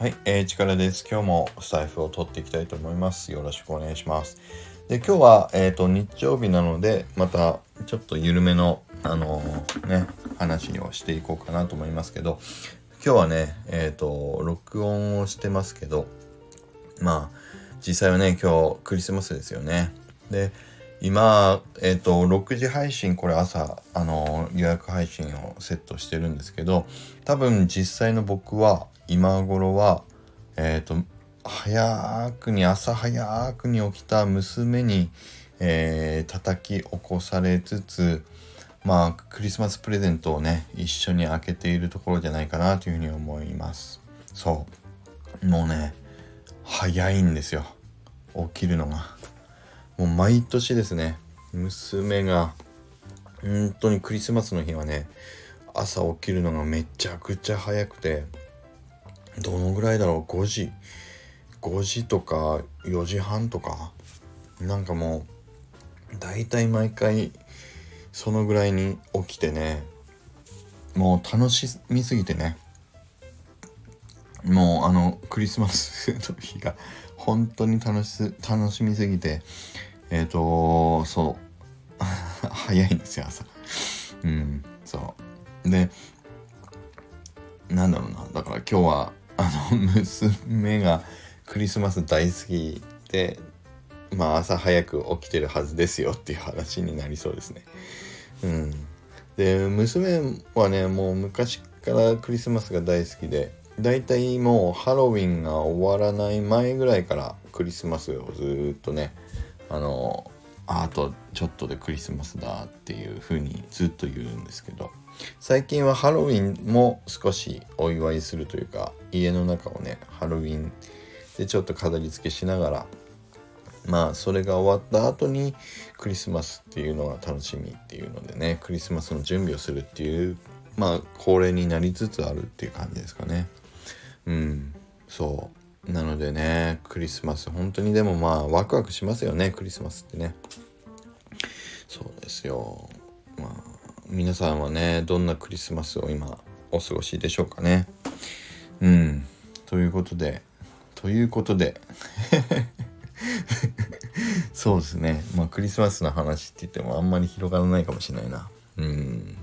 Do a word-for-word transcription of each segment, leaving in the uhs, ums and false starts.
はい、えー、力です。今日もスタイフを取っていきたいと思います。よろしくお願いします。で、今日は、えーと、日曜日なので、またちょっと緩めの、あのー、ね、話をしていこうかなと思いますけど、今日はね、えーと、録音をしてますけど、まあ、実際はね、今日クリスマスですよね。で、今、えっと、ろくじ配信、これ朝、あの、予約配信をセットしてるんですけど、多分実際の僕は、今頃は、えっと、早くに、朝早くに起きた娘に、えー、叩き起こされつつ、まあ、クリスマスプレゼントをね、一緒に開けているところじゃないかなというふうに思います。そう。もうね、早いんですよ。起きるのが。もう毎年ですね、娘が本当にクリスマスの日はね、朝起きるのがめちゃくちゃ早くて、どのぐらいだろう、ごじごじとかよじはんとか、なんかもうだいたい毎回そのぐらいに起きてね、もう楽しみすぎてね、もうあのクリスマスの日が本当に楽し楽しみすぎて、えっとそう早いんですよ、朝。うんそうで、なんだろうな、だから今日はあの娘がクリスマス大好きで、まあ朝早く起きてるはずですよっていう話になりそうですね。うんで、娘はね、もう昔からクリスマスが大好きで、だいたいもうハロウィンが終わらない前ぐらいからクリスマスをずっとね、あのあとちょっとでクリスマスだっていう風にずっと言うんですけど、最近はハロウィンも少しお祝いするというか、家の中をねハロウィンでちょっと飾り付けしながら、まあそれが終わった後にクリスマスっていうのが楽しみっていうのでね、クリスマスの準備をするっていう、まあ恒例になりつつあるっていう感じですかね。うんそうなのでね、クリスマス本当にでもまあワクワクしますよね、クリスマスってね。そうですよ。まあ皆さんはね、どんなクリスマスを今お過ごしでしょうかね。うんということでということでそうですね、まあクリスマスの話って言ってもあんまり広がらないかもしれないな。うん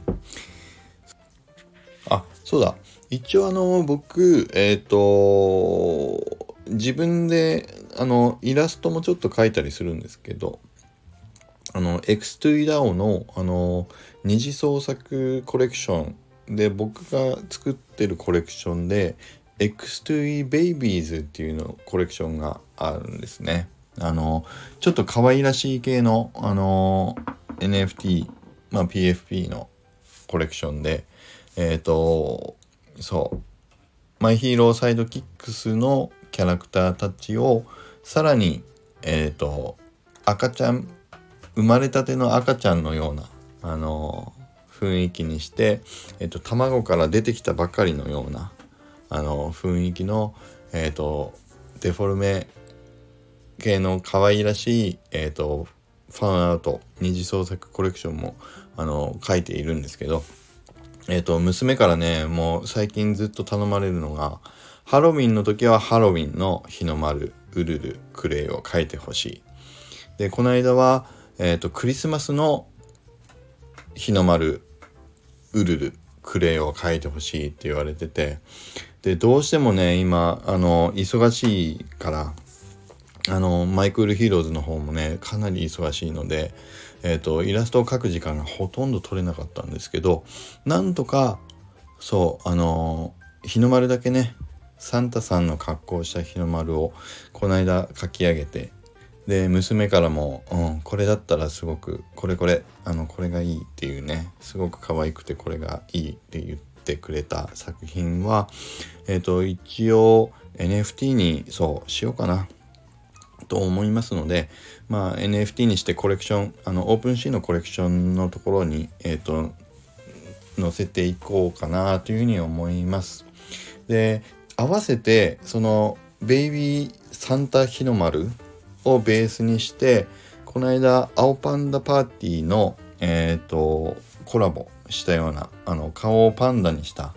あそうだ、一応あの僕えっと自分であのイラストもちょっと描いたりするんですけど、あの エックスツー ダオ のあの二次創作コレクションで、僕が作ってるコレクションで エックスツー Babies っていうのコレクションがあるんですね。あのちょっと可愛らしい系のあの エヌエフティー、まあ ピーエフピー のコレクションで、えっとそうマイヒーローサイドキックスのキャラクターたちをさらにえっと赤ちゃん生まれたての赤ちゃんのようなあの雰囲気にして、えっと、卵から出てきたばかりのようなあの雰囲気の、えっと、デフォルメ系の可愛らしい、えっと、ファンアート二次創作コレクションもあの書いているんですけど、えっと、娘からね、もう最近ずっと頼まれるのが、ハロウィンの時はハロウィンの日の丸、ウルル、クレイを書いてほしい。で、この間はえーと、クリスマスの日の丸ウルルクレイを描いてほしいって言われてて、でどうしてもね今あの忙しいから、あのマイクールヒーローズの方もねかなり忙しいので、えーと、イラストを描く時間がほとんど取れなかったんですけど、なんとかそうあの日の丸だけね、サンタさんの格好をした日の丸をこの間描き上げて、で娘からも、うん、これだったらすごくこれこれあのこれがいいっていうね、すごく可愛くてこれがいいって言ってくれた作品は、えっと一応 エヌエフティー にそうしようかなと思いますので、まあ エヌエフティー にしてコレクション、あのオープンシーのコレクションのところにえっと載せていこうかなというふうに思います。で合わせてそのベイビーサンタ日の丸をベースにして、この間青パンダパーティーのえっとコラボしたようなあの顔をパンダにした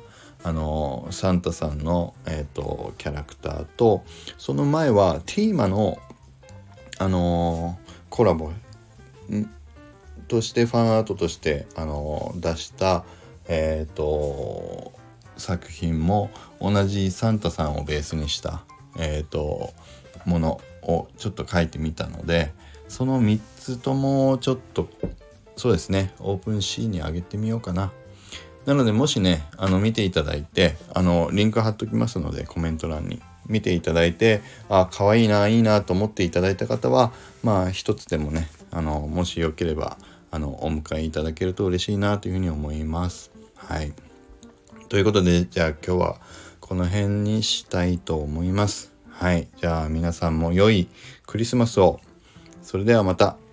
あのサンタさんの、えーと、キャラクターと、その前はティーマの、あのコラボとしてファンアートとして、あの出した、えーと、作品も同じサンタさんをベースにした、えーと、ものをちょっと書いてみたので、そのみっつともちょっとそうですね、オープンシーに上げてみようかな。なのでもしね、あの見ていただいて、あのリンク貼っときますので、コメント欄に見ていただいて、あ、可愛いな、いいなと思っていただいた方は、まあ一つでもね、あのもしよければあのお迎えいただけると嬉しいなというふうに思います。はい。ということで、じゃあ今日はこの辺にしたいと思います。はい。じゃあ皆さんも良いクリスマスを。それではまた。